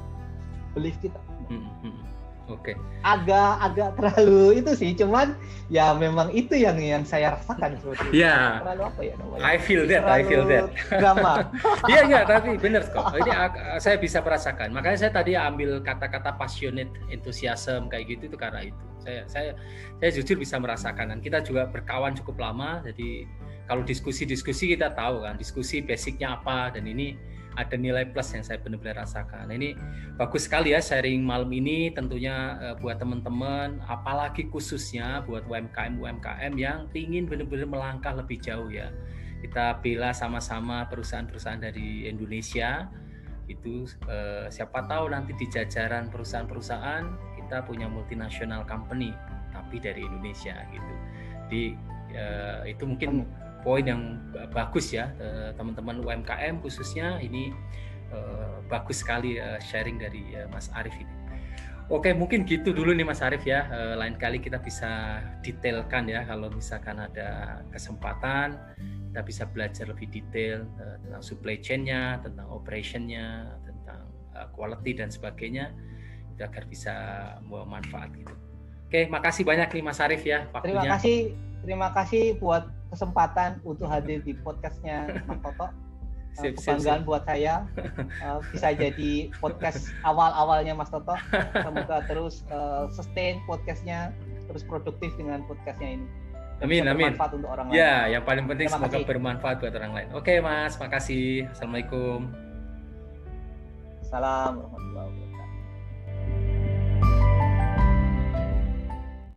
Belief kita. Mm-hmm. Oke. Okay. Agak-agak terlalu itu sih, cuman ya memang itu yang yang saya rasakan seperti itu. Yeah. Terlalu apa ya namanya? I feel that, terlalu I feel that. Drama. Iya enggak, tapi benar kok. Ini saya bisa merasakan. Makanya saya tadi ambil kata-kata passionate, enthusiasm kayak gitu itu karena itu. Saya saya saya jujur bisa merasakan, dan kita juga berkawan cukup lama. Jadi kalau diskusi-diskusi kita tahu kan, diskusi basicnya apa, dan ini ada nilai plus yang saya benar-benar rasakan. Nah, ini bagus sekali ya sharing malam ini, tentunya uh, buat teman-teman, apalagi khususnya buat U M K M U M K M yang ingin benar-benar melangkah lebih jauh ya. Kita bela sama-sama perusahaan-perusahaan dari Indonesia itu, uh, siapa tahu nanti di jajaran perusahaan-perusahaan kita punya multinational company tapi dari Indonesia gitu. Jadi uh, itu mungkin poin yang bagus ya, teman-teman U M K M khususnya ini uh, bagus sekali uh, sharing dari uh, Mas Arief ini. Oke, mungkin gitu dulu nih Mas Arief ya. Uh, lain kali kita bisa detailkan ya, kalau misalkan ada kesempatan kita bisa belajar lebih detail uh, tentang supply chain-nya, tentang operation-nya, tentang uh, quality dan sebagainya, agar bisa membawa manfaat gitu. Oke, makasih banyak nih Mas Arief ya waktunya. Terima kasih, terima kasih buat kesempatan untuk hadir di podcastnya Mas Toto. Sip, kebanggaan sip, sip. buat saya uh, bisa jadi podcast awal-awalnya Mas Toto. Semoga terus uh, sustain podcastnya, terus produktif dengan podcastnya ini. Amin, amin. Bermanfaat untuk orang lain. Ya, yang paling penting Terima semoga kasih. bermanfaat buat orang lain. Oke Mas, makasih. Assalamualaikum. Salam warahmatullahi wabarakatuh.